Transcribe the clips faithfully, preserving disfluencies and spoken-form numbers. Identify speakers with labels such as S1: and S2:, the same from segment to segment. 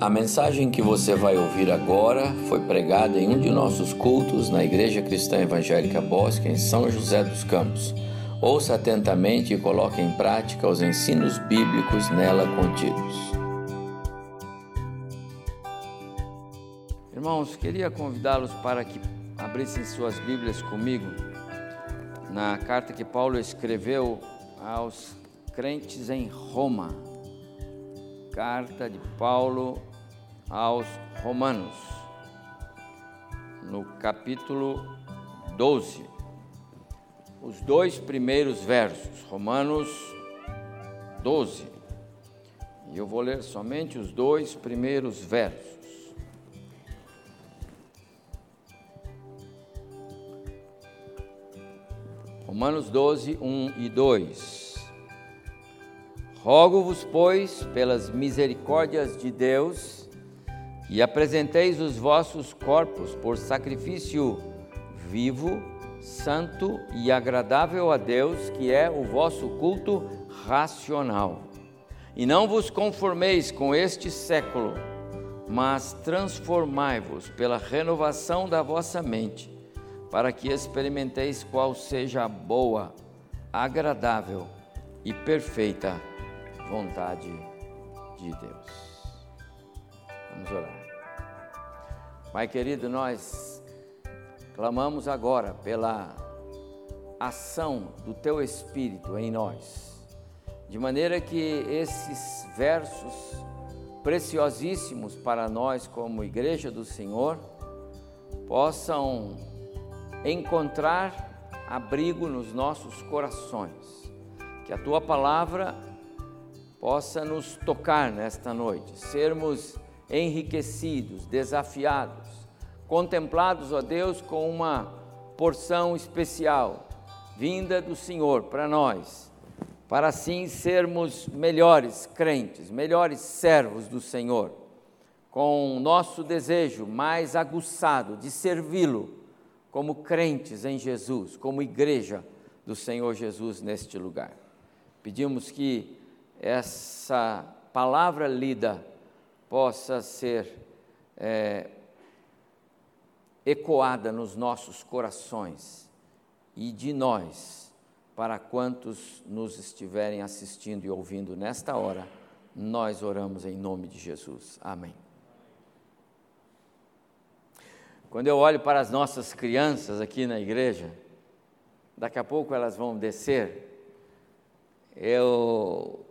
S1: A mensagem que você vai ouvir agora foi pregada em um de nossos cultos na Igreja Cristã Evangélica Bosque, em São José dos Campos. Ouça atentamente e coloque em prática os ensinos bíblicos nela contidos. Irmãos, queria convidá-los para que abrissem suas Bíblias comigo na carta que Paulo escreveu aos crentes em Roma. Carta de Paulo aos Romanos, no capítulo doze, os dois primeiros versos, Romanos doze, e eu vou ler somente os dois primeiros versos. Romanos doze, um e dois. Rogo-vos, pois, pelas misericórdias de Deus, que apresenteis os vossos corpos por sacrifício vivo, santo e agradável a Deus, que é o vosso culto racional. E não vos conformeis com este século, mas transformai-vos pela renovação da vossa mente, para que experimenteis qual seja a boa, agradável e perfeita vontade de Deus. Vamos orar. Pai querido, nós clamamos agora pela ação do Teu Espírito em nós, de maneira que esses versos preciosíssimos para nós como Igreja do Senhor possam encontrar abrigo nos nossos corações, que a Tua Palavra possa nos tocar nesta noite, sermos enriquecidos, desafiados, contemplados, ó Deus, com uma porção especial, vinda do Senhor para nós, para assim sermos melhores crentes, melhores servos do Senhor, com o nosso desejo mais aguçado de servi-lo como crentes em Jesus, como igreja do Senhor Jesus neste lugar. Pedimos que essa palavra lida possa ser é, ecoada nos nossos corações e de nós, para quantos nos estiverem assistindo e ouvindo nesta hora, nós oramos em nome de Jesus. Amém. Quando eu olho para as nossas crianças aqui na igreja, daqui a pouco elas vão descer, eu...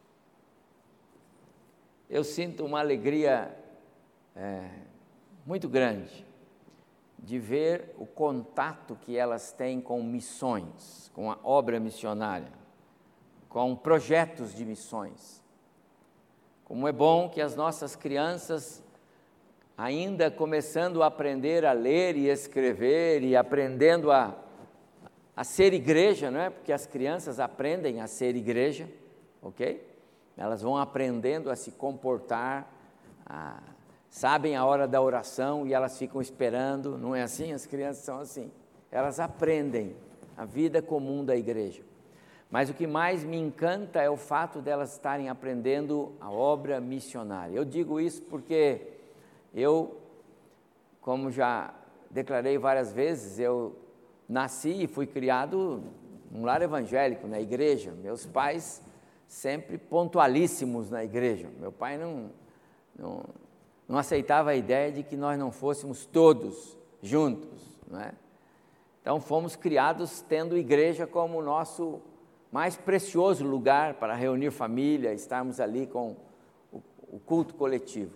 S1: eu sinto uma alegria é, muito grande de ver o contato que elas têm com missões, com a obra missionária, com projetos de missões. Como é bom que as nossas crianças, ainda começando a aprender a ler e escrever e aprendendo a, a ser igreja, não é? Porque as crianças aprendem a ser igreja, ok? Elas vão aprendendo a se comportar, a, sabem a hora da oração e elas ficam esperando, não é assim? As crianças são assim, elas aprendem a vida comum da igreja. Mas o que mais me encanta é o fato delas estarem aprendendo a obra missionária. Eu digo isso porque eu, como já declarei várias vezes, eu nasci e fui criado num lar evangélico, na igreja. Meus pais sempre pontualíssimos na igreja. Meu pai não, não, não aceitava a ideia de que nós não fôssemos todos juntos, não é? Então fomos criados tendo igreja como o nosso mais precioso lugar para reunir família, estarmos ali com o, o culto coletivo.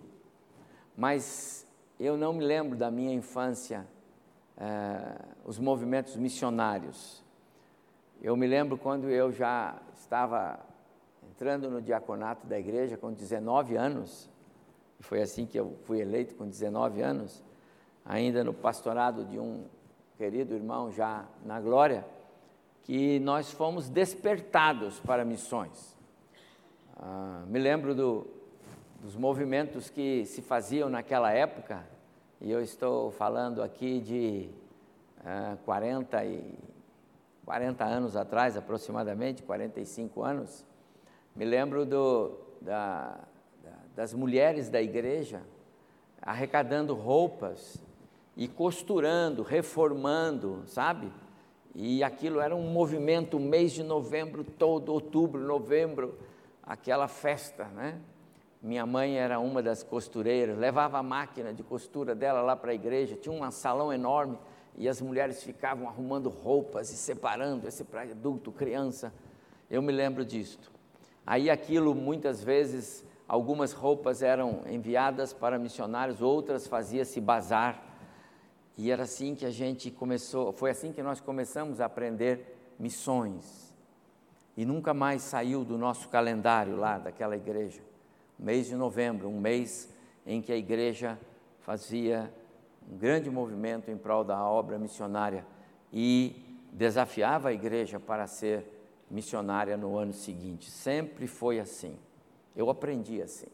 S1: Mas eu não me lembro da minha infância, eh, os movimentos missionários. Eu me lembro quando eu já estava entrando no diaconato da igreja com dezenove anos, e foi assim que eu fui eleito com dezenove anos, ainda no pastorado de um querido irmão já na glória, que nós fomos despertados para missões. Ah, me lembro do, dos movimentos que se faziam naquela época, e eu estou falando aqui de ah, quarenta, e, quarenta anos atrás, aproximadamente, quarenta e cinco anos. Me lembro do, da, da, das mulheres da igreja, arrecadando roupas e costurando, reformando, sabe? E aquilo era um movimento, o mês de novembro todo, outubro, novembro, aquela festa, né? Minha mãe era uma das costureiras, levava a máquina de costura dela lá para a igreja, tinha um salão enorme e as mulheres ficavam arrumando roupas e separando, esse para adulto, criança. Eu me lembro disto. Aí aquilo, muitas vezes, algumas roupas eram enviadas para missionários, outras fazia-se bazar. E era assim que a gente começou, foi assim que nós começamos a aprender missões. E nunca mais saiu do nosso calendário lá daquela igreja. Mês de novembro, um mês em que a igreja fazia um grande movimento em prol da obra missionária e desafiava a igreja para ser missionária no ano seguinte. Sempre foi assim. Eu aprendi assim.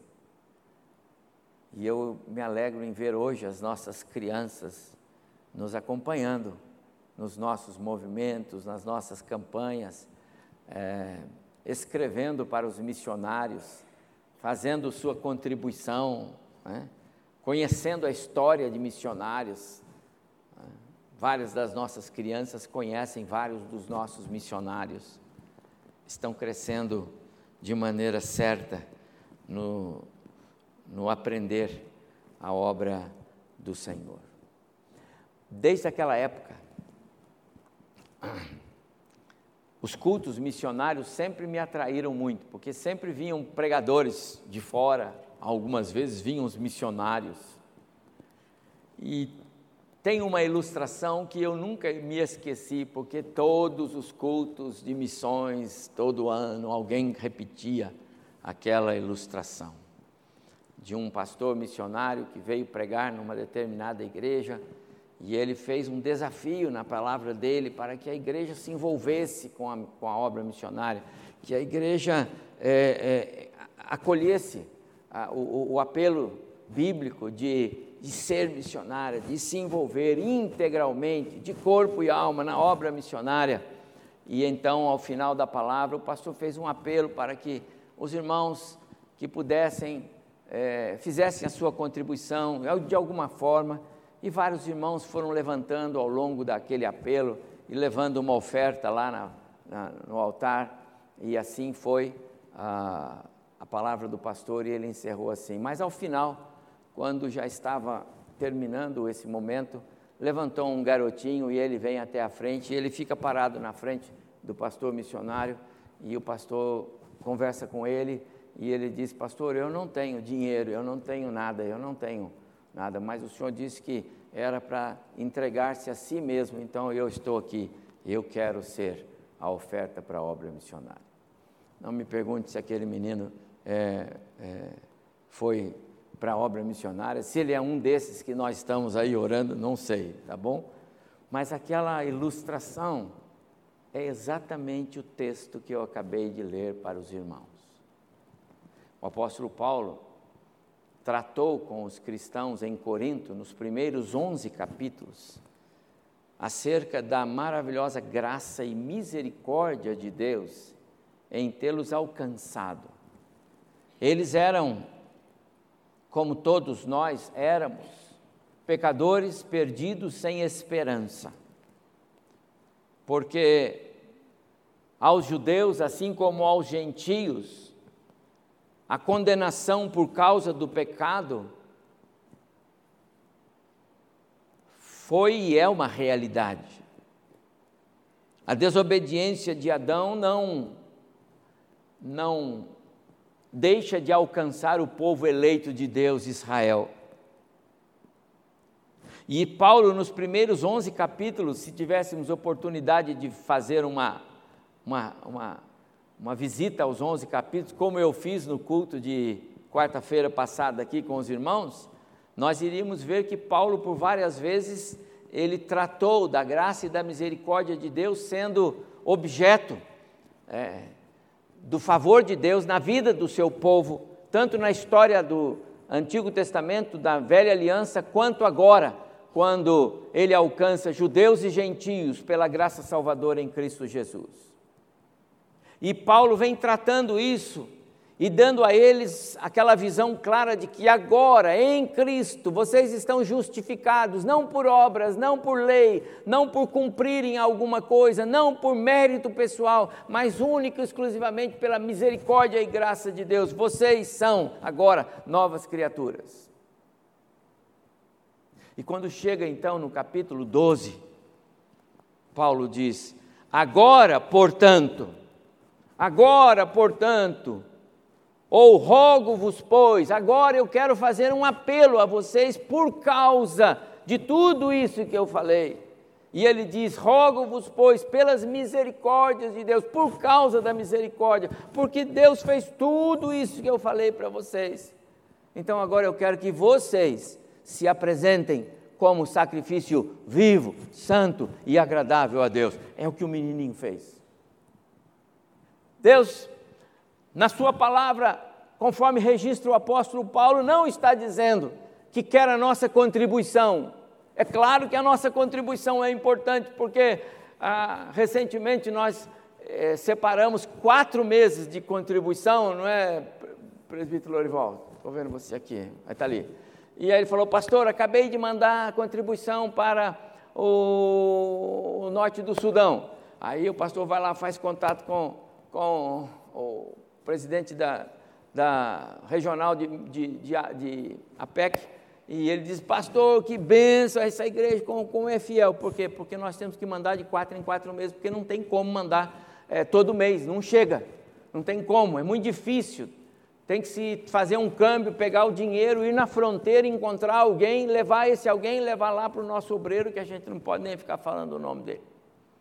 S1: E eu me alegro em ver hoje as nossas crianças nos acompanhando nos nossos movimentos, nas nossas campanhas, é, escrevendo para os missionários, fazendo sua contribuição, né? Conhecendo a história de missionários. Né? Várias das nossas crianças conhecem vários dos nossos missionários, estão crescendo de maneira certa no, no aprender a obra do Senhor. Desde aquela época, os cultos missionários sempre me atraíram muito, porque sempre vinham pregadores de fora, algumas vezes vinham os missionários. E tem uma ilustração que eu nunca me esqueci, porque todos os cultos de missões, todo ano, alguém repetia aquela ilustração de um pastor missionário que veio pregar numa determinada igreja. E ele fez um desafio na palavra dele para que a igreja se envolvesse com a, com a obra missionária, que a igreja é, é, acolhesse a, o, o apelo bíblico de, de ser missionária, de se envolver integralmente, de corpo e alma, na obra missionária. E então, ao final da palavra, o pastor fez um apelo para que os irmãos que pudessem, é, fizessem a sua contribuição de alguma forma. E vários irmãos foram levantando ao longo daquele apelo e levando uma oferta lá na, na, no altar, e assim foi a, a palavra do pastor, e ele encerrou assim. Mas ao final, quando já estava terminando esse momento, levantou um garotinho e ele vem até a frente, e ele fica parado na frente do pastor missionário, e o pastor conversa com ele, e ele diz: pastor, eu não tenho dinheiro, eu não tenho nada, eu não tenho nada, mas o senhor disse que era para entregar-se a si mesmo, então eu estou aqui, eu quero ser a oferta para a obra missionária. Não me pergunte se aquele menino é, é, foi para a obra missionária, se ele é um desses que nós estamos aí orando, não sei, tá bom? Mas aquela ilustração é exatamente o texto que eu acabei de ler para os irmãos. O apóstolo Paulo tratou com os cristãos em Corinto, nos primeiros onze capítulos, acerca da maravilhosa graça e misericórdia de Deus em tê-los alcançado. Eles eram, como todos nós éramos, pecadores perdidos sem esperança, porque aos judeus, assim como aos gentios, a condenação por causa do pecado foi e é uma realidade. A desobediência de Adão não, não deixa de alcançar o povo eleito de Deus, Israel. E Paulo, nos primeiros onze capítulos, se tivéssemos oportunidade de fazer uma, uma, uma uma visita aos onze capítulos, como eu fiz no culto de quarta-feira passada aqui com os irmãos, nós iríamos ver que Paulo, por várias vezes, ele tratou da graça e da misericórdia de Deus sendo objeto é, do favor de Deus na vida do seu povo, tanto na história do Antigo Testamento, da Velha Aliança, quanto agora, quando ele alcança judeus e gentios pela graça salvadora em Cristo Jesus. E Paulo vem tratando isso, e dando a eles aquela visão clara de que agora, em Cristo, vocês estão justificados, não por obras, não por lei, não por cumprirem alguma coisa, não por mérito pessoal, mas única e exclusivamente pela misericórdia e graça de Deus. Vocês são agora novas criaturas. E quando chega então no capítulo doze, Paulo diz: agora, portanto, agora, portanto, ou rogo-vos, pois, agora eu quero fazer um apelo a vocês por causa de tudo isso que eu falei. E ele diz: rogo-vos, pois, pelas misericórdias de Deus, por causa da misericórdia, porque Deus fez tudo isso que eu falei para vocês. Então agora eu quero que vocês se apresentem como sacrifício vivo, santo e agradável a Deus. É o que o menininho fez. Deus, na sua palavra, conforme registra o apóstolo Paulo, não está dizendo que quer a nossa contribuição. É claro que a nossa contribuição é importante, porque ah, recentemente nós eh, separamos quatro meses de contribuição, não é, presbítero Lorival? Estou vendo você aqui, vai estar ali. E aí ele falou: pastor, acabei de mandar a contribuição para o, o norte do Sudão. Aí o pastor vai lá, faz contato com, com o presidente da, da regional de, de, de, de A P E C, e ele diz: pastor, que bênção, essa igreja como, como é fiel. Por quê? Porque nós temos que mandar de quatro em quatro meses, porque não tem como mandar é, todo mês, não chega, não tem como, é muito difícil. Tem que se fazer um câmbio, pegar o dinheiro, ir na fronteira, encontrar alguém, levar esse alguém, levar lá para o nosso obreiro, que a gente não pode nem ficar falando o nome dele.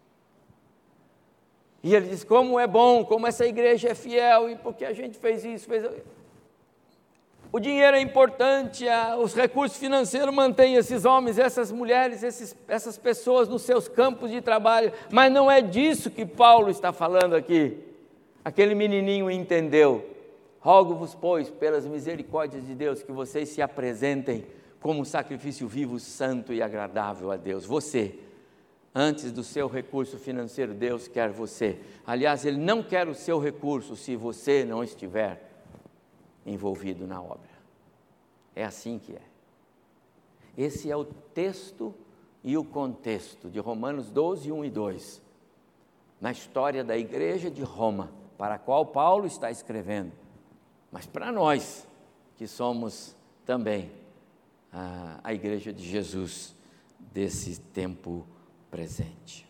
S1: E ele diz: como é bom, como essa igreja é fiel, e porque a gente fez isso, fez... O dinheiro é importante, os recursos financeiros mantêm esses homens, essas mulheres, esses, essas pessoas nos seus campos de trabalho, mas não é disso que Paulo está falando aqui. Aquele menininho entendeu. Rogo-vos, pois, pelas misericórdias de Deus, que vocês se apresentem como sacrifício vivo, santo e agradável a Deus. Você, antes do seu recurso financeiro, Deus quer você. Aliás, Ele não quer o seu recurso se você não estiver envolvido na obra. É assim que é. Esse é o texto e o contexto de Romanos doze, um e dois, na história da igreja de Roma, para a qual Paulo está escrevendo. Mas para nós, que somos também a, a igreja de Jesus desse tempo presente.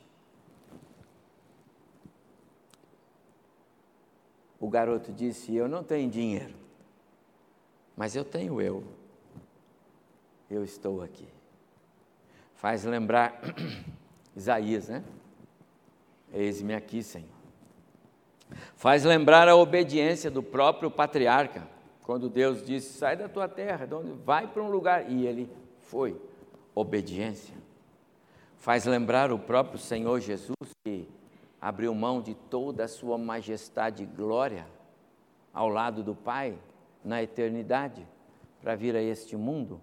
S1: O garoto disse: eu não tenho dinheiro, mas eu tenho eu. Eu estou aqui. Faz lembrar Isaías, né? Eis-me aqui, Senhor. Faz lembrar a obediência do próprio patriarca, quando Deus disse: sai da tua terra, de onde vai para um lugar, e ele foi. Obediência. Faz lembrar o próprio Senhor Jesus, que abriu mão de toda a sua majestade e glória ao lado do Pai, na eternidade, para vir a este mundo,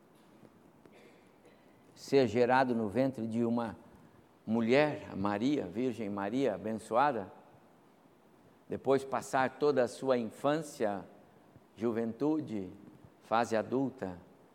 S1: ser gerado no ventre de uma mulher, Maria, Virgem Maria, abençoada, depois passar toda a sua infância, juventude, fase adulta,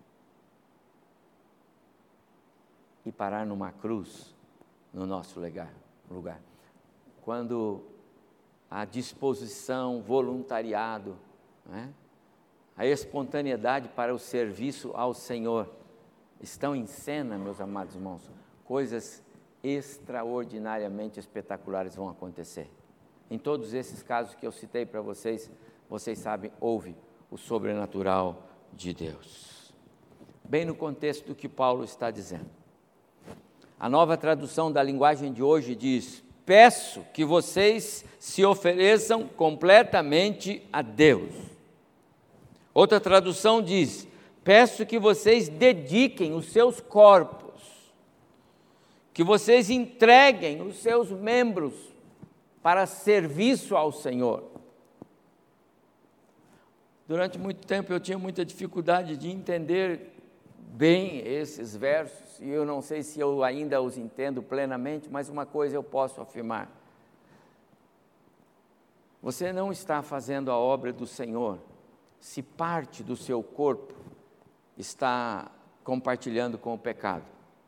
S1: e parar numa cruz, no nosso lugar. lugar. Quando a disposição, voluntariado, né, a espontaneidade para o serviço ao Senhor estão em cena, meus amados irmãos, coisas extraordinariamente espetaculares vão acontecer. Em todos esses casos que eu citei para vocês, vocês sabem, houve o sobrenatural de Deus. Bem no contexto do que Paulo está dizendo. A nova tradução da linguagem de hoje diz: peço que vocês se ofereçam completamente a Deus. Outra tradução diz: peço que vocês dediquem os seus corpos, que vocês entreguem os seus membros para serviço ao Senhor. Durante muito tempo eu tinha muita dificuldade de entender bem esses versos, e eu não sei se eu ainda os entendo plenamente, mas uma coisa eu posso afirmar: você não está fazendo a obra do Senhor se parte do seu corpo está compartilhando com o pecado.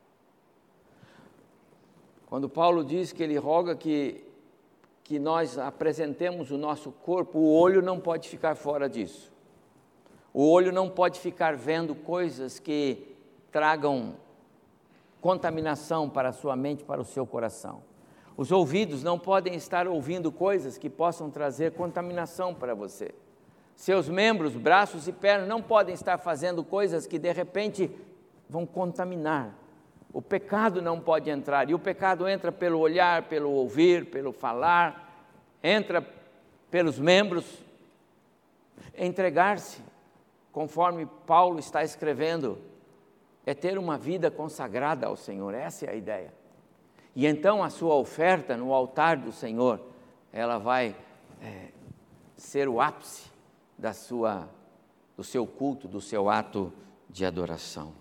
S1: Quando Paulo diz que ele roga que, que nós apresentemos o nosso corpo, o olho não pode ficar fora disso. O olho não pode ficar vendo coisas que tragam contaminação para a sua mente, para o seu coração. Os ouvidos não podem estar ouvindo coisas que possam trazer contaminação para você. Seus membros, braços e pernas não podem estar fazendo coisas que de repente vão contaminar. O pecado não pode entrar, e o pecado entra pelo olhar, pelo ouvir, pelo falar, entra pelos membros. Entregar-se, conforme Paulo está escrevendo, é ter uma vida consagrada ao Senhor, essa é a ideia. E então a sua oferta no altar do Senhor, ela vai é, ser o ápice da sua, do seu culto, do seu ato de adoração.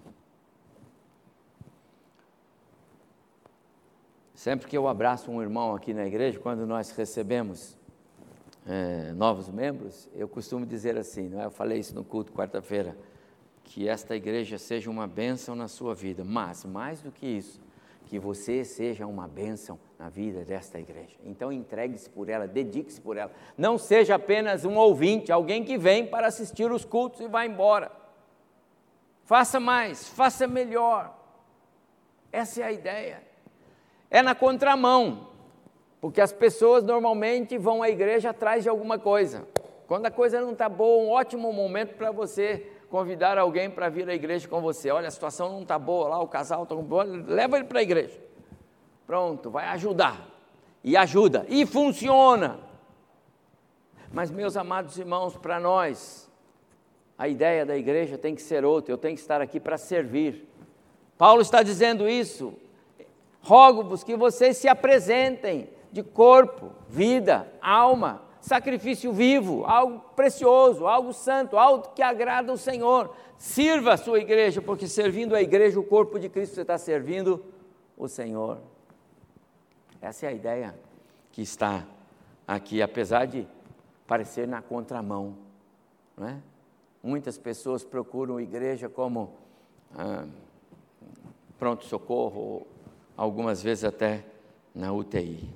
S1: Sempre que eu abraço um irmão aqui na igreja, quando nós recebemos é, novos membros, eu costumo dizer assim, não é? Eu falei isso no culto quarta-feira, que esta igreja seja uma bênção na sua vida, mas mais do que isso, que você seja uma bênção na vida desta igreja. Então entregue-se por ela, dedique-se por ela. Não seja apenas um ouvinte, alguém que vem para assistir os cultos e vai embora. Faça mais, faça melhor. Essa é a ideia. É na contramão, porque as pessoas normalmente vão à igreja atrás de alguma coisa. Quando a coisa não está boa, um ótimo momento para você convidar alguém para vir à igreja com você. Olha, a situação não está boa lá, o casal está boa, leva ele para a igreja. Pronto, vai ajudar. E ajuda, e funciona. Mas, meus amados irmãos, para nós, a ideia da igreja tem que ser outra, eu tenho que estar aqui para servir. Paulo está dizendo isso. Rogo-vos que vocês se apresentem de corpo, vida, alma, sacrifício vivo, algo precioso, algo santo, algo que agrada ao Senhor. Sirva a sua igreja, porque servindo a igreja, o corpo de Cristo, você está servindo o Senhor. Essa é a ideia que está aqui, apesar de parecer na contramão, não é? Muitas pessoas procuram a igreja como ah, pronto-socorro, algumas vezes até na U T I.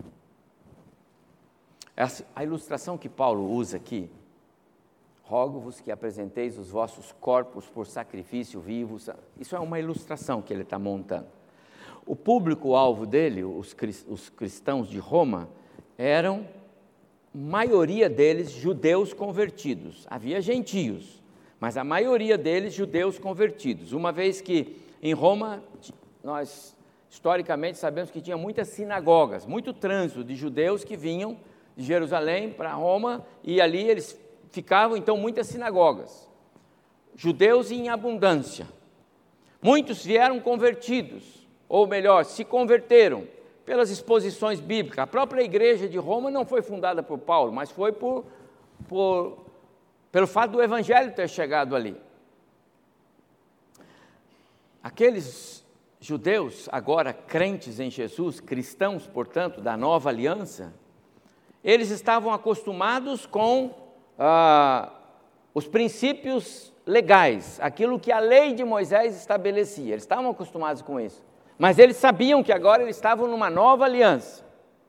S1: Essa, a ilustração que Paulo usa aqui, rogo-vos que apresenteis os vossos corpos por sacrifício vivo, isso é uma ilustração que ele está montando. O público-alvo dele, os, os cristãos de Roma, eram, maioria deles, judeus convertidos. Havia gentios, mas a maioria deles, judeus convertidos. Uma vez que em Roma, nós historicamente sabemos que tinha muitas sinagogas, muito trânsito de judeus que vinham de Jerusalém para Roma, e ali eles ficavam, então, muitas sinagogas. Judeus em abundância. Muitos vieram convertidos, ou melhor, se converteram pelas exposições bíblicas. A própria igreja de Roma não foi fundada por Paulo, mas foi por, por, pelo fato do evangelho ter chegado ali. Aqueles judeus, agora crentes em Jesus, cristãos, portanto, da nova aliança, eles estavam acostumados com ah, os princípios legais, aquilo que a lei de Moisés estabelecia. Eles estavam acostumados com isso, mas eles sabiam que agora eles estavam numa nova aliança.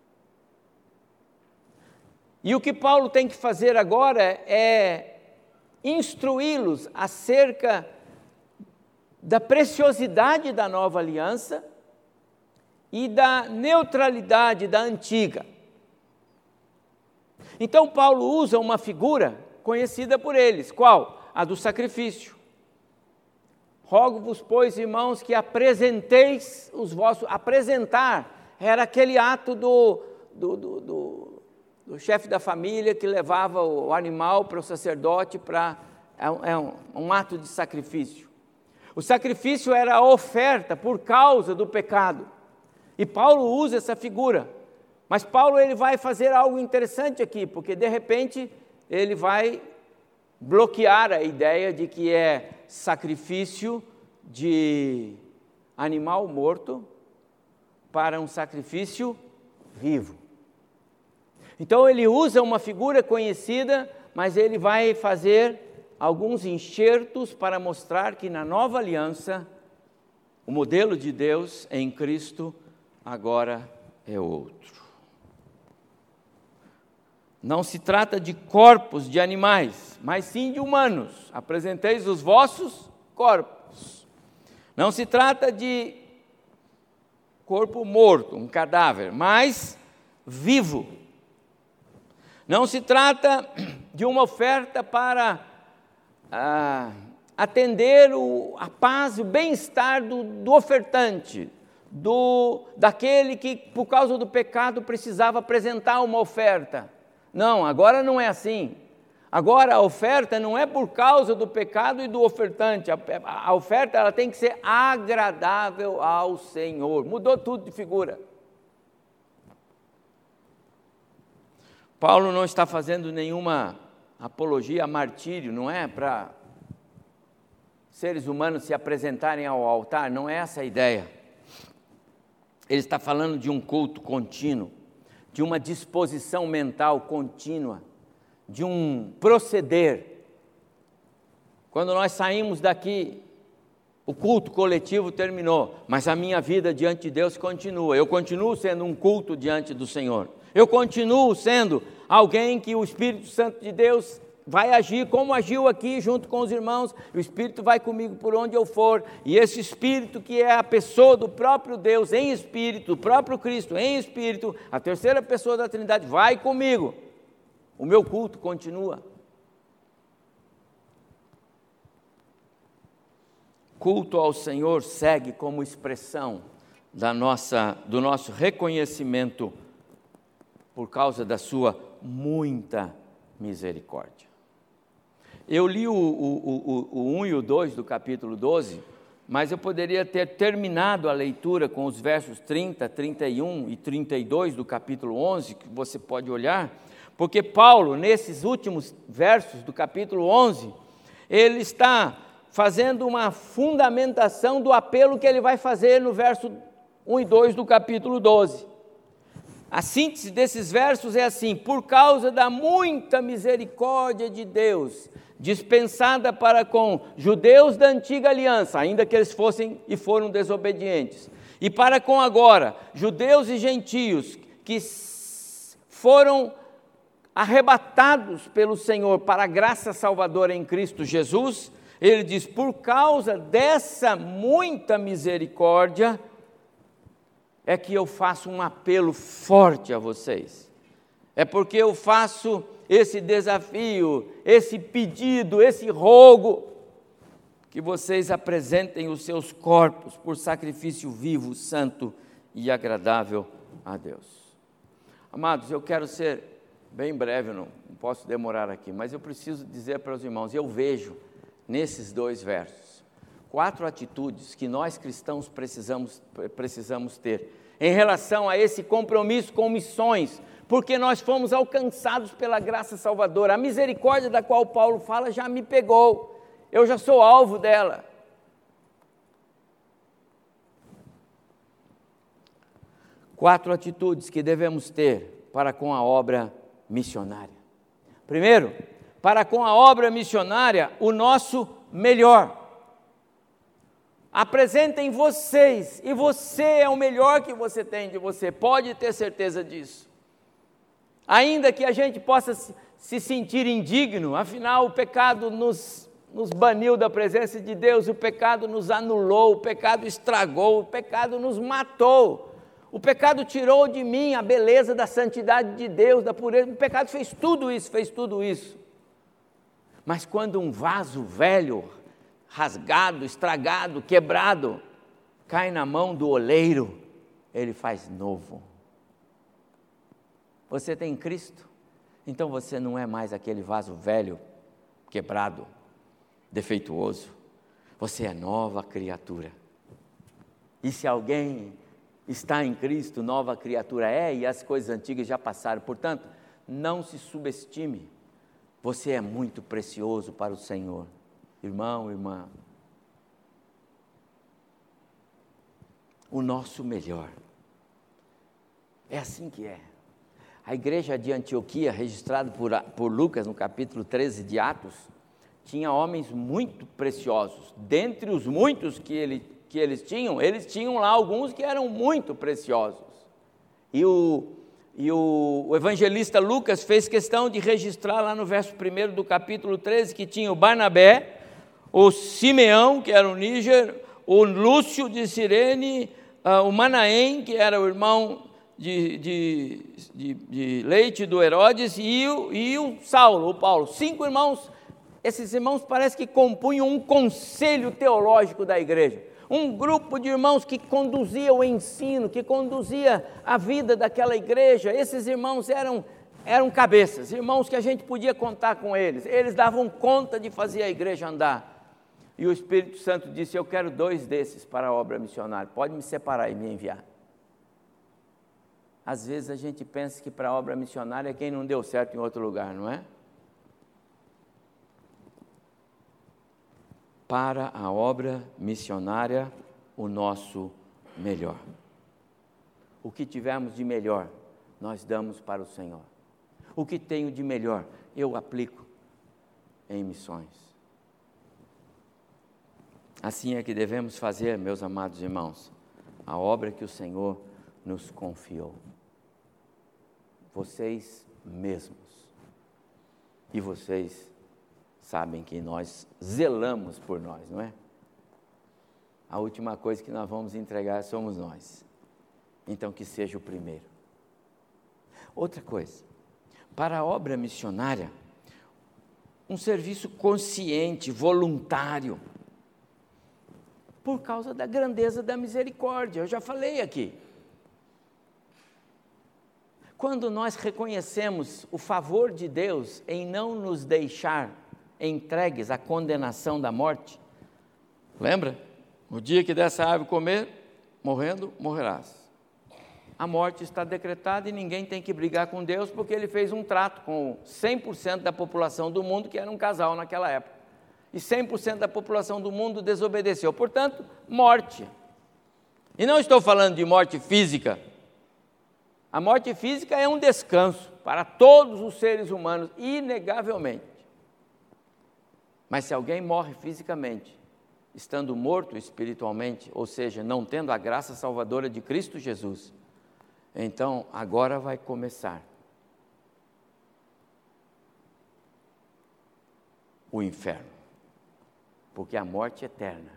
S1: E o que Paulo tem que fazer agora é instruí-los acerca da preciosidade da nova aliança e da neutralidade da antiga. Então Paulo usa uma figura conhecida por eles, qual? A do sacrifício. Rogo-vos, pois, irmãos, que apresenteis os vossos... Apresentar era aquele ato do, do, do, do, do chefe da família que levava o animal para o sacerdote, para, é, um, é um, um ato de sacrifício. O sacrifício era a oferta por causa do pecado. E Paulo usa essa figura. Mas Paulo ele vai fazer algo interessante aqui, porque de repente ele vai bloquear a ideia de que é sacrifício de animal morto para um sacrifício vivo. Então ele usa uma figura conhecida, mas ele vai fazer alguns enxertos para mostrar que na nova aliança, o modelo de Deus em Cristo agora é outro. Não se trata de corpos de animais, mas sim de humanos. Apresenteis os vossos corpos. Não se trata de corpo morto, um cadáver, mas vivo. Não se trata de uma oferta para ah, atender o, a paz e o bem-estar do, do ofertante, do, daquele que, por causa do pecado, precisava apresentar uma oferta. Não, agora não é assim. Agora a oferta não é por causa do pecado e do ofertante. A, a oferta ela tem que ser agradável ao Senhor. Mudou tudo de figura. Paulo não está fazendo nenhuma apologia a martírio, não é para seres humanos se apresentarem ao altar, não é essa a ideia. Ele está falando de um culto contínuo, de uma disposição mental contínua, de um proceder. Quando nós saímos daqui, o culto coletivo terminou, mas a minha vida diante de Deus continua. Eu continuo sendo um culto diante do Senhor. Eu continuo sendo alguém que o Espírito Santo de Deus vai agir como agiu aqui junto com os irmãos. O Espírito vai comigo por onde eu for, e esse Espírito que é a pessoa do próprio Deus em Espírito, o próprio Cristo em Espírito, a terceira pessoa da Trindade vai comigo. O meu culto continua. Culto ao Senhor segue como expressão da nossa, do nosso reconhecimento por causa da sua muita misericórdia. Eu li o, o, o, o um e o dois do capítulo doze, mas eu poderia ter terminado a leitura com os versos trinta, trinta e um e trinta e dois do capítulo onze, que você pode olhar, porque Paulo, nesses últimos versos do capítulo onze, ele está fazendo uma fundamentação do apelo que ele vai fazer no verso um e dois do capítulo doze. A síntese desses versos é assim: por causa da muita misericórdia de Deus, dispensada para com judeus da antiga aliança, ainda que eles fossem e foram desobedientes, e para com agora, judeus e gentios, que foram arrebatados pelo Senhor para a graça salvadora em Cristo Jesus, ele diz, por causa dessa muita misericórdia, é que eu faço um apelo forte a vocês. É porque eu faço esse desafio, esse pedido, esse rogo, que vocês apresentem os seus corpos por sacrifício vivo, santo e agradável a Deus. Amados, eu quero ser bem breve, não, não posso demorar aqui, mas eu preciso dizer para os irmãos, eu vejo nesses dois versos quatro atitudes que nós cristãos precisamos, precisamos ter em relação a esse compromisso com missões, porque nós fomos alcançados pela graça salvadora. A misericórdia da qual Paulo fala já me pegou, eu já sou alvo dela. Quatro atitudes que devemos ter para com a obra missionária. Primeiro, para com a obra missionária, o nosso melhor. Apresentem vocês, e você é o melhor que você tem de você, pode ter certeza disso. Ainda que a gente possa se sentir indigno, afinal o pecado nos, nos baniu da presença de Deus, o pecado nos anulou, o pecado estragou, o pecado nos matou. O pecado tirou de mim a beleza da santidade de Deus, da pureza. O pecado fez tudo isso, fez tudo isso. Mas quando um vaso velho, rasgado, estragado, quebrado, cai na mão do oleiro, ele faz novo. Você tem Cristo, então você não é mais aquele vaso velho, quebrado, defeituoso. Você é nova criatura. E se alguém está em Cristo, nova criatura é, e as coisas antigas já passaram. Portanto, não se subestime. Você é muito precioso para o Senhor. Irmão, irmã, o nosso melhor, é assim que é. A igreja de Antioquia, registrada por, por Lucas no capítulo treze de Atos, tinha homens muito preciosos. Dentre os muitos que, ele, que eles tinham, eles tinham lá alguns que eram muito preciosos. E o, e o, o evangelista Lucas fez questão de registrar lá no verso primeiro do capítulo treze, que tinha o Barnabé, o Simeão, que era o Níger, o Lúcio de Cirene, uh, o Manaém, que era o irmão de, de, de, de leite do Herodes, e o, e o Saulo, o Paulo. Cinco irmãos. Esses irmãos parece que compunham um conselho teológico da igreja. Um grupo de irmãos que conduzia o ensino, que conduzia a vida daquela igreja. Esses irmãos eram, eram cabeças, irmãos que a gente podia contar com eles. Eles davam conta de fazer a igreja andar. E o Espírito Santo disse: eu quero dois desses para a obra missionária, pode me separar e me enviar. Às vezes a gente pensa que para a obra missionária é quem não deu certo em outro lugar, não é? Para a obra missionária, o nosso melhor. O que tivermos de melhor, nós damos para o Senhor. O que tenho de melhor, eu aplico em missões. Assim é que devemos fazer, meus amados irmãos, a obra que o Senhor nos confiou. Vocês mesmos. E vocês sabem que nós zelamos por nós, não é? A última coisa que nós vamos entregar somos nós. Então, que seja o primeiro. Outra coisa, para a obra missionária, um serviço consciente, voluntário, por causa da grandeza da misericórdia. Eu já falei aqui. Quando nós reconhecemos o favor de Deus em não nos deixar entregues à condenação da morte, lembra? O dia que dessa árvore comer, morrendo, morrerás. A morte está decretada e ninguém tem que brigar com Deus, porque Ele fez um trato com cem por cento da população do mundo, que era um casal naquela época. E cem por cento da população do mundo desobedeceu. Portanto, morte. E não estou falando de morte física. A morte física é um descanso para todos os seres humanos, inegavelmente. Mas se alguém morre fisicamente, estando morto espiritualmente, ou seja, não tendo a graça salvadora de Cristo Jesus, então agora vai começar o inferno. Porque a morte eterna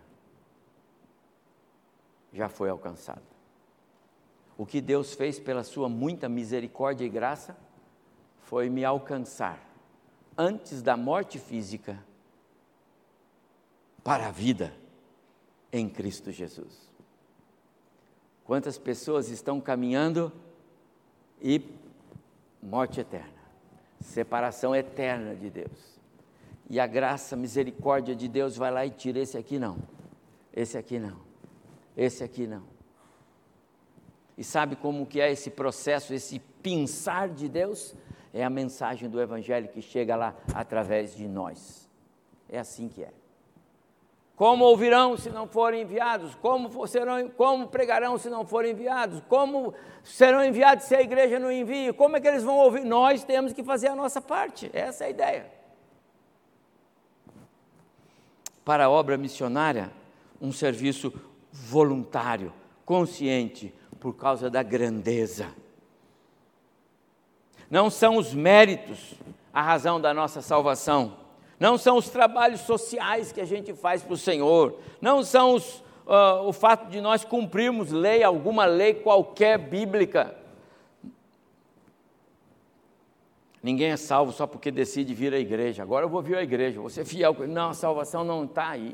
S1: já foi alcançada. O que Deus fez pela sua muita misericórdia e graça foi me alcançar antes da morte física para a vida em Cristo Jesus. Quantas pessoas estão caminhando e morte eterna, separação eterna de Deus. E a graça, a misericórdia de Deus vai lá e tira esse aqui não, esse aqui não, esse aqui não. E sabe como que é esse processo, esse pensar de Deus? É a mensagem do Evangelho que chega lá através de nós. É assim que é. Como ouvirão se não forem enviados? Como, serão, como pregarão se não forem enviados? Como serão enviados se a igreja não envia? Como é que eles vão ouvir? Nós temos que fazer a nossa parte. Essa é a ideia. Para a obra missionária, um serviço voluntário, consciente, por causa da grandeza. Não são os méritos a razão da nossa salvação, não são os trabalhos sociais que a gente faz para o Senhor, não são os, uh, o fato de nós cumprirmos lei, alguma lei qualquer bíblica. Ninguém é salvo só porque decide vir à igreja. Agora eu vou vir à igreja, vou ser fiel. Não, a salvação não está aí.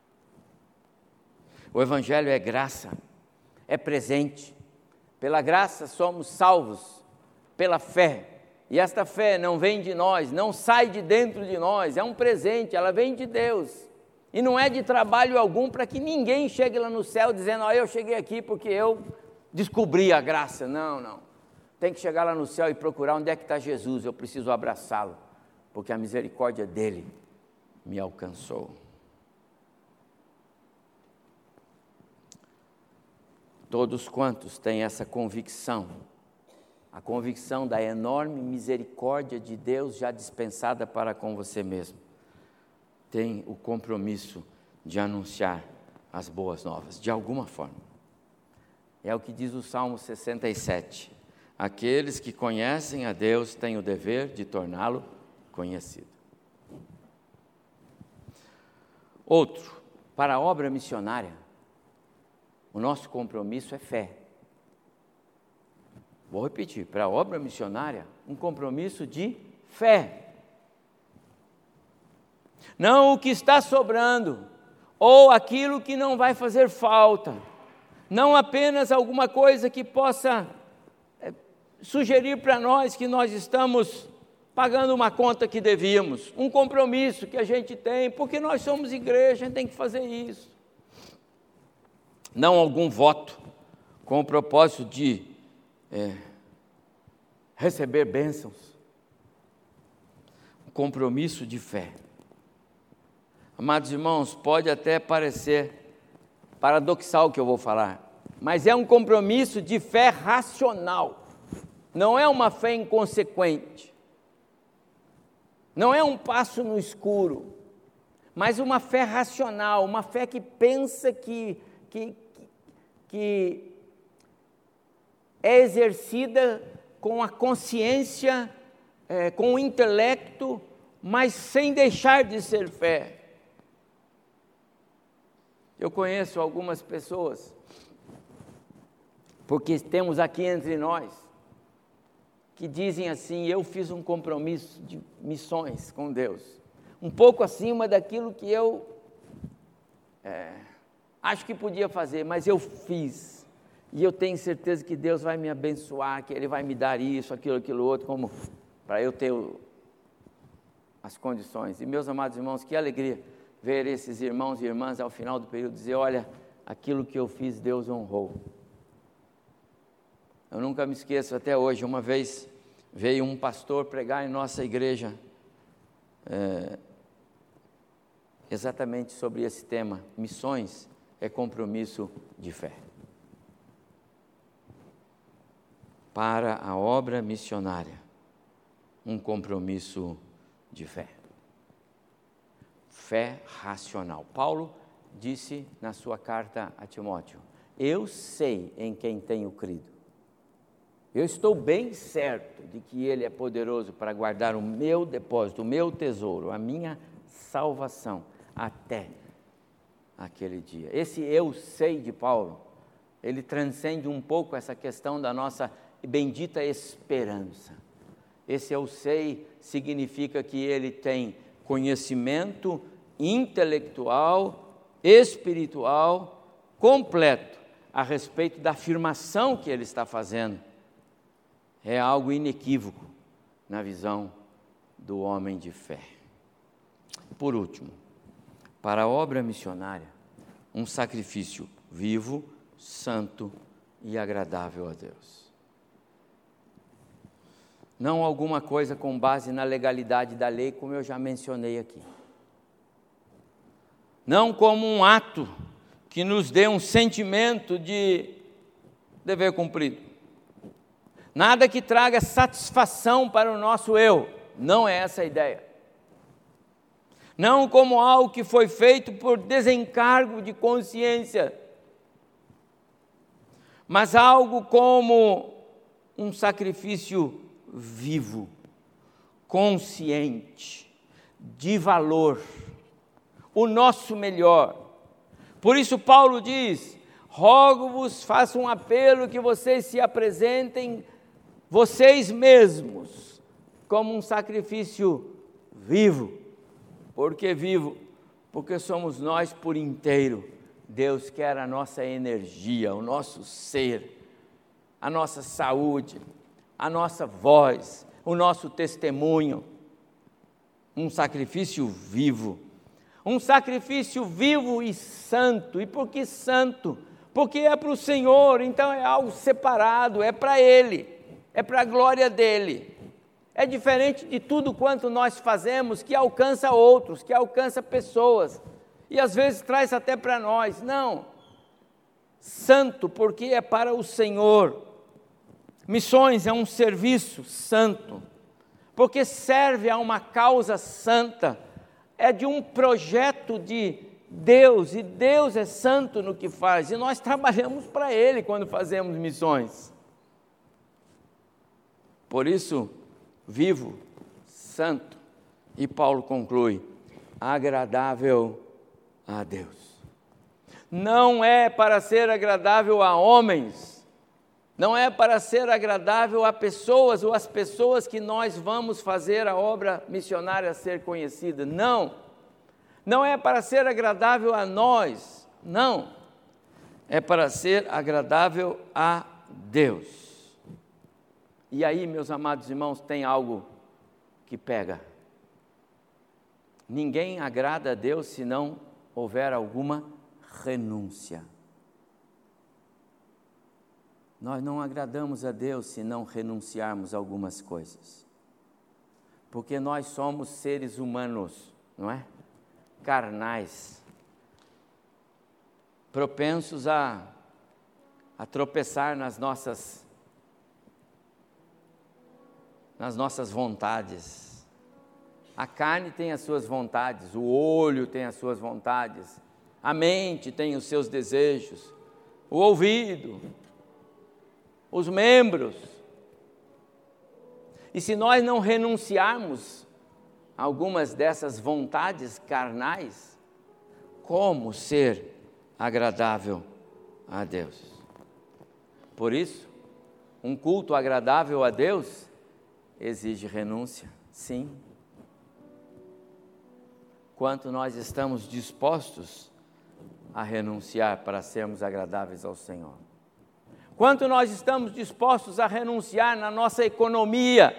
S1: O Evangelho é graça, é presente. Pela graça somos salvos, pela fé. E esta fé não vem de nós, não sai de dentro de nós, é um presente, ela vem de Deus. E não é de trabalho algum para que ninguém chegue lá no céu dizendo: ó, eu cheguei aqui porque eu descobri a graça. Não, não. Tem que chegar lá no céu e procurar onde é que está Jesus, eu preciso abraçá-lo, porque a misericórdia dele me alcançou. Todos quantos têm essa convicção a convicção da enorme misericórdia de Deus já dispensada para com você mesmo. Tem o compromisso de anunciar as boas novas, de alguma forma. É o que diz o Salmo sessenta e sete. Aqueles que conhecem a Deus têm o dever de torná-lo conhecido. Outro, para a obra missionária, o nosso compromisso é fé. Vou repetir, para a obra missionária, um compromisso de fé. Não o que está sobrando, ou aquilo que não vai fazer falta. Não apenas alguma coisa que possa é, sugerir para nós que nós estamos pagando uma conta que devíamos. Um compromisso que a gente tem, porque nós somos igreja, a gente tem que fazer isso. Não algum voto com o propósito de é, receber bênçãos. Um compromisso de fé. Amados irmãos, pode até parecer paradoxal o que eu vou falar, mas é um compromisso de fé racional. Não é uma fé inconsequente. Não é um passo no escuro, mas uma fé racional, uma fé que pensa que, que, que é exercida com a consciência, é, com o intelecto, mas sem deixar de ser fé. Eu conheço algumas pessoas, porque temos aqui entre nós, que dizem assim: eu fiz um compromisso de missões com Deus, um pouco acima daquilo que eu é, acho que podia fazer, mas eu fiz, e eu tenho certeza que Deus vai me abençoar, que Ele vai me dar isso, aquilo, aquilo outro, como para eu ter o, as condições. E meus amados irmãos, que alegria ver esses irmãos e irmãs ao final do período dizer: olha, aquilo que eu fiz Deus honrou. Eu nunca me esqueço até hoje, uma vez veio um pastor pregar em nossa igreja, é, exatamente sobre esse tema: missões é compromisso de fé. Para a obra missionária, um compromisso de fé. Fé racional. Paulo disse na sua carta a Timóteo: eu sei em quem tenho crido. Eu estou bem certo de que Ele é poderoso para guardar o meu depósito, o meu tesouro, a minha salvação, até aquele dia. Esse eu sei de Paulo, ele transcende um pouco essa questão da nossa bendita esperança. Esse eu sei significa que ele tem conhecimento intelectual, espiritual, completo, a respeito da afirmação que ele está fazendo. É algo inequívoco na visão do homem de fé. Por último, para a obra missionária, um sacrifício vivo, santo e agradável a Deus. Não alguma coisa com base na legalidade da lei, como eu já mencionei aqui. Não como um ato que nos dê um sentimento de dever cumprido. Nada que traga satisfação para o nosso eu, não é essa a ideia. Não como algo que foi feito por desencargo de consciência, mas algo como um sacrifício vivo, consciente, de valor, o nosso melhor. Por isso Paulo diz: rogo-vos, faço um apelo que vocês se apresentem vocês mesmos como um sacrifício vivo. Por que vivo? Porque somos nós por inteiro. Deus quer a nossa energia, o nosso ser, a nossa saúde, a nossa voz, o nosso testemunho. Um sacrifício vivo. Um sacrifício vivo e santo. E por que santo? Porque é para o Senhor, então é algo separado, é para Ele. É para a glória dEle. É diferente de tudo quanto nós fazemos, que alcança outros, que alcança pessoas, e às vezes traz até para nós. Não, santo, porque é para o Senhor. Missões é um serviço santo, porque serve a uma causa santa, é de um projeto de Deus, e Deus é santo no que faz, e nós trabalhamos para Ele quando fazemos missões. Por isso, vivo, santo, e Paulo conclui, agradável a Deus. Não é para ser agradável a homens, não é para ser agradável a pessoas, ou as pessoas que nós vamos fazer a obra missionária ser conhecida, não. Não é para ser agradável a nós, não. É para ser agradável a Deus. E aí, meus amados irmãos, tem algo que pega. Ninguém agrada a Deus se não houver alguma renúncia. Nós não agradamos a Deus se não renunciarmos a algumas coisas. Porque nós somos seres humanos, não é? Carnais. Propensos a, a tropeçar nas nossas, nas nossas vontades. A carne tem as suas vontades, o olho tem as suas vontades, a mente tem os seus desejos, o ouvido, os membros. E se nós não renunciarmos a algumas dessas vontades carnais, como ser agradável a Deus? Por isso, um culto agradável a Deus exige renúncia, sim. Quanto nós estamos dispostos a renunciar para sermos agradáveis ao Senhor? Quanto nós estamos dispostos a renunciar na nossa economia?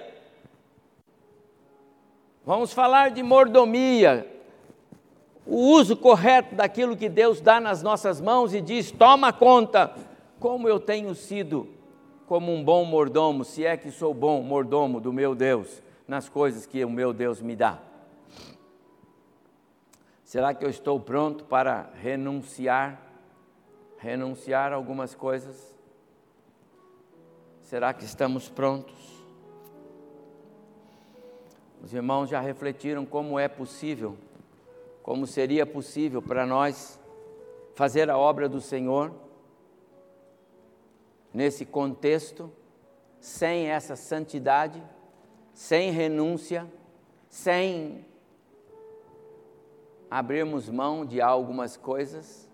S1: Vamos falar de mordomia, o uso correto daquilo que Deus dá nas nossas mãos e diz, toma conta, como eu tenho sido como um bom mordomo, se é que sou bom mordomo do meu Deus, nas coisas que o meu Deus me dá. Será que eu estou pronto para renunciar, renunciar a algumas coisas? Será que estamos prontos? Os irmãos já refletiram como é possível, como seria possível para nós fazer a obra do Senhor nesse contexto, sem essa santidade, sem renúncia, sem abrirmos mão de algumas coisas?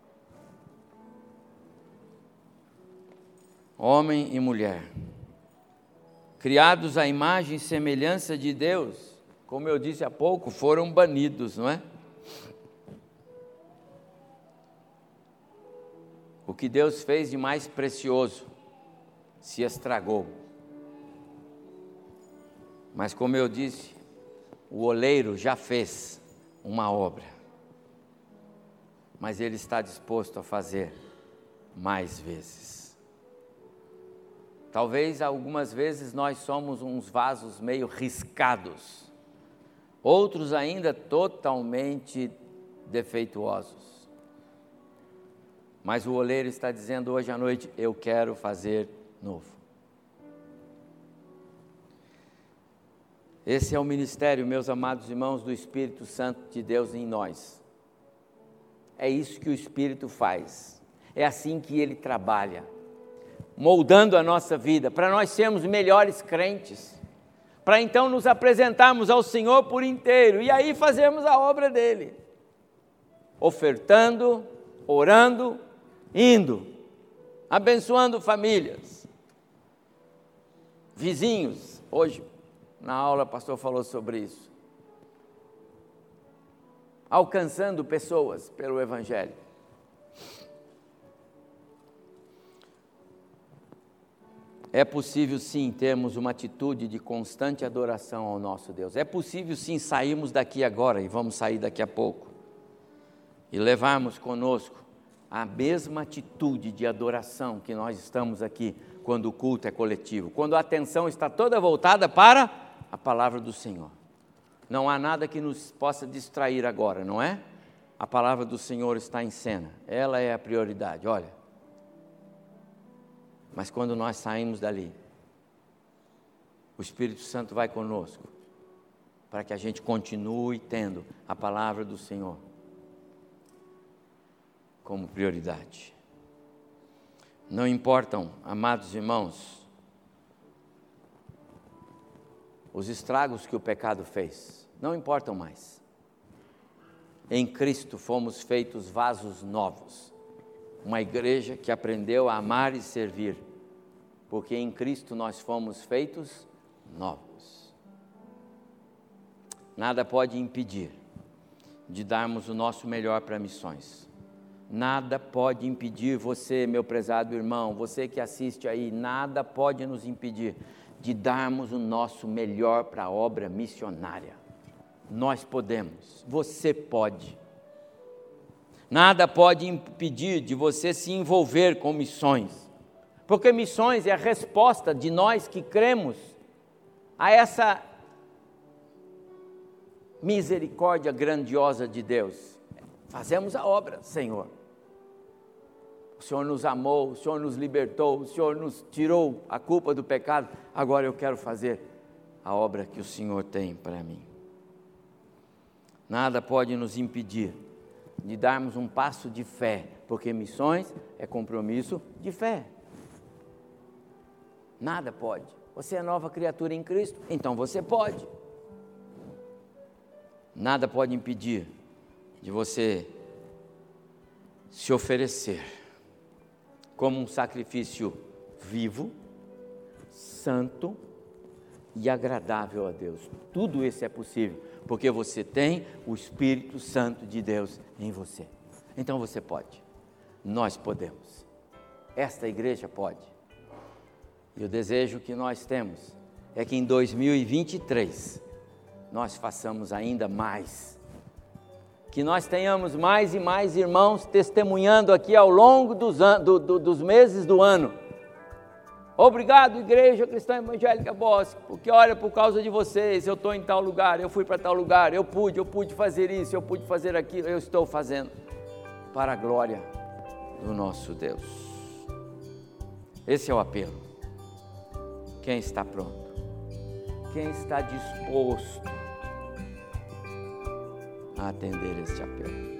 S1: Homem e mulher, criados à imagem e semelhança de Deus, como eu disse há pouco, foram banidos, não é? O que Deus fez de mais precioso se estragou. Mas como eu disse, o oleiro já fez uma obra, mas Ele está disposto a fazer mais vezes. Talvez algumas vezes nós somos uns vasos meio riscados, outros ainda totalmente defeituosos. Mas o oleiro está dizendo hoje à noite, eu quero fazer novo. Esse é o ministério, meus amados irmãos, do Espírito Santo de Deus em nós. É isso que o Espírito faz, é assim que Ele trabalha, moldando a nossa vida, para nós sermos melhores crentes, para então nos apresentarmos ao Senhor por inteiro, e aí fazermos a obra dEle, ofertando, orando, indo, abençoando famílias, vizinhos. Hoje, na aula, o pastor falou sobre isso. Alcançando pessoas pelo Evangelho. É possível sim termos uma atitude de constante adoração ao nosso Deus. É possível sim sairmos daqui agora, e vamos sair daqui a pouco, e levarmos conosco a mesma atitude de adoração que nós estamos aqui quando o culto é coletivo, quando a atenção está toda voltada para a palavra do Senhor. Não há nada que nos possa distrair agora, não é? A palavra do Senhor está em cena, ela é a prioridade, olha. Mas quando nós saímos dali, o Espírito Santo vai conosco, para que a gente continue tendo a palavra do Senhor como prioridade. Não importam, amados irmãos, os estragos que o pecado fez, não importam mais. Em Cristo fomos feitos vasos novos, uma igreja que aprendeu a amar e servir, porque em Cristo nós fomos feitos novos. Nada pode impedir de darmos o nosso melhor para missões. Nada pode impedir você, meu prezado irmão, você que assiste aí, nada pode nos impedir de darmos o nosso melhor para a obra missionária. Nós podemos, você pode. Nada pode impedir de você se envolver com missões, porque missões é a resposta de nós que cremos a essa misericórdia grandiosa de Deus. Fazemos a obra, Senhor. O Senhor nos amou, o Senhor nos libertou, o Senhor nos tirou a culpa do pecado, agora eu quero fazer a obra que o Senhor tem para mim. Nada pode nos impedir de darmos um passo de fé, porque missões é compromisso de fé. Nada pode. Você é nova criatura em Cristo, então você pode. Nada pode impedir de você se oferecer como um sacrifício vivo, santo e agradável a Deus. Tudo isso é possível, porque você tem o Espírito Santo de Deus em você. Então você pode, nós podemos, esta igreja pode. E o desejo que nós temos é que em dois mil e vinte e três nós façamos ainda mais, que nós tenhamos mais e mais irmãos testemunhando aqui ao longo dos, an- do, do, dos meses do ano. Obrigado, Igreja Cristã Evangélica Bosque, porque olha, por causa de vocês, eu estou em tal lugar, eu fui para tal lugar, eu pude, eu pude fazer isso, eu pude fazer aquilo, eu estou fazendo para a glória do nosso Deus. Esse é o apelo. Quem está pronto? Quem está disposto a atender este apelo?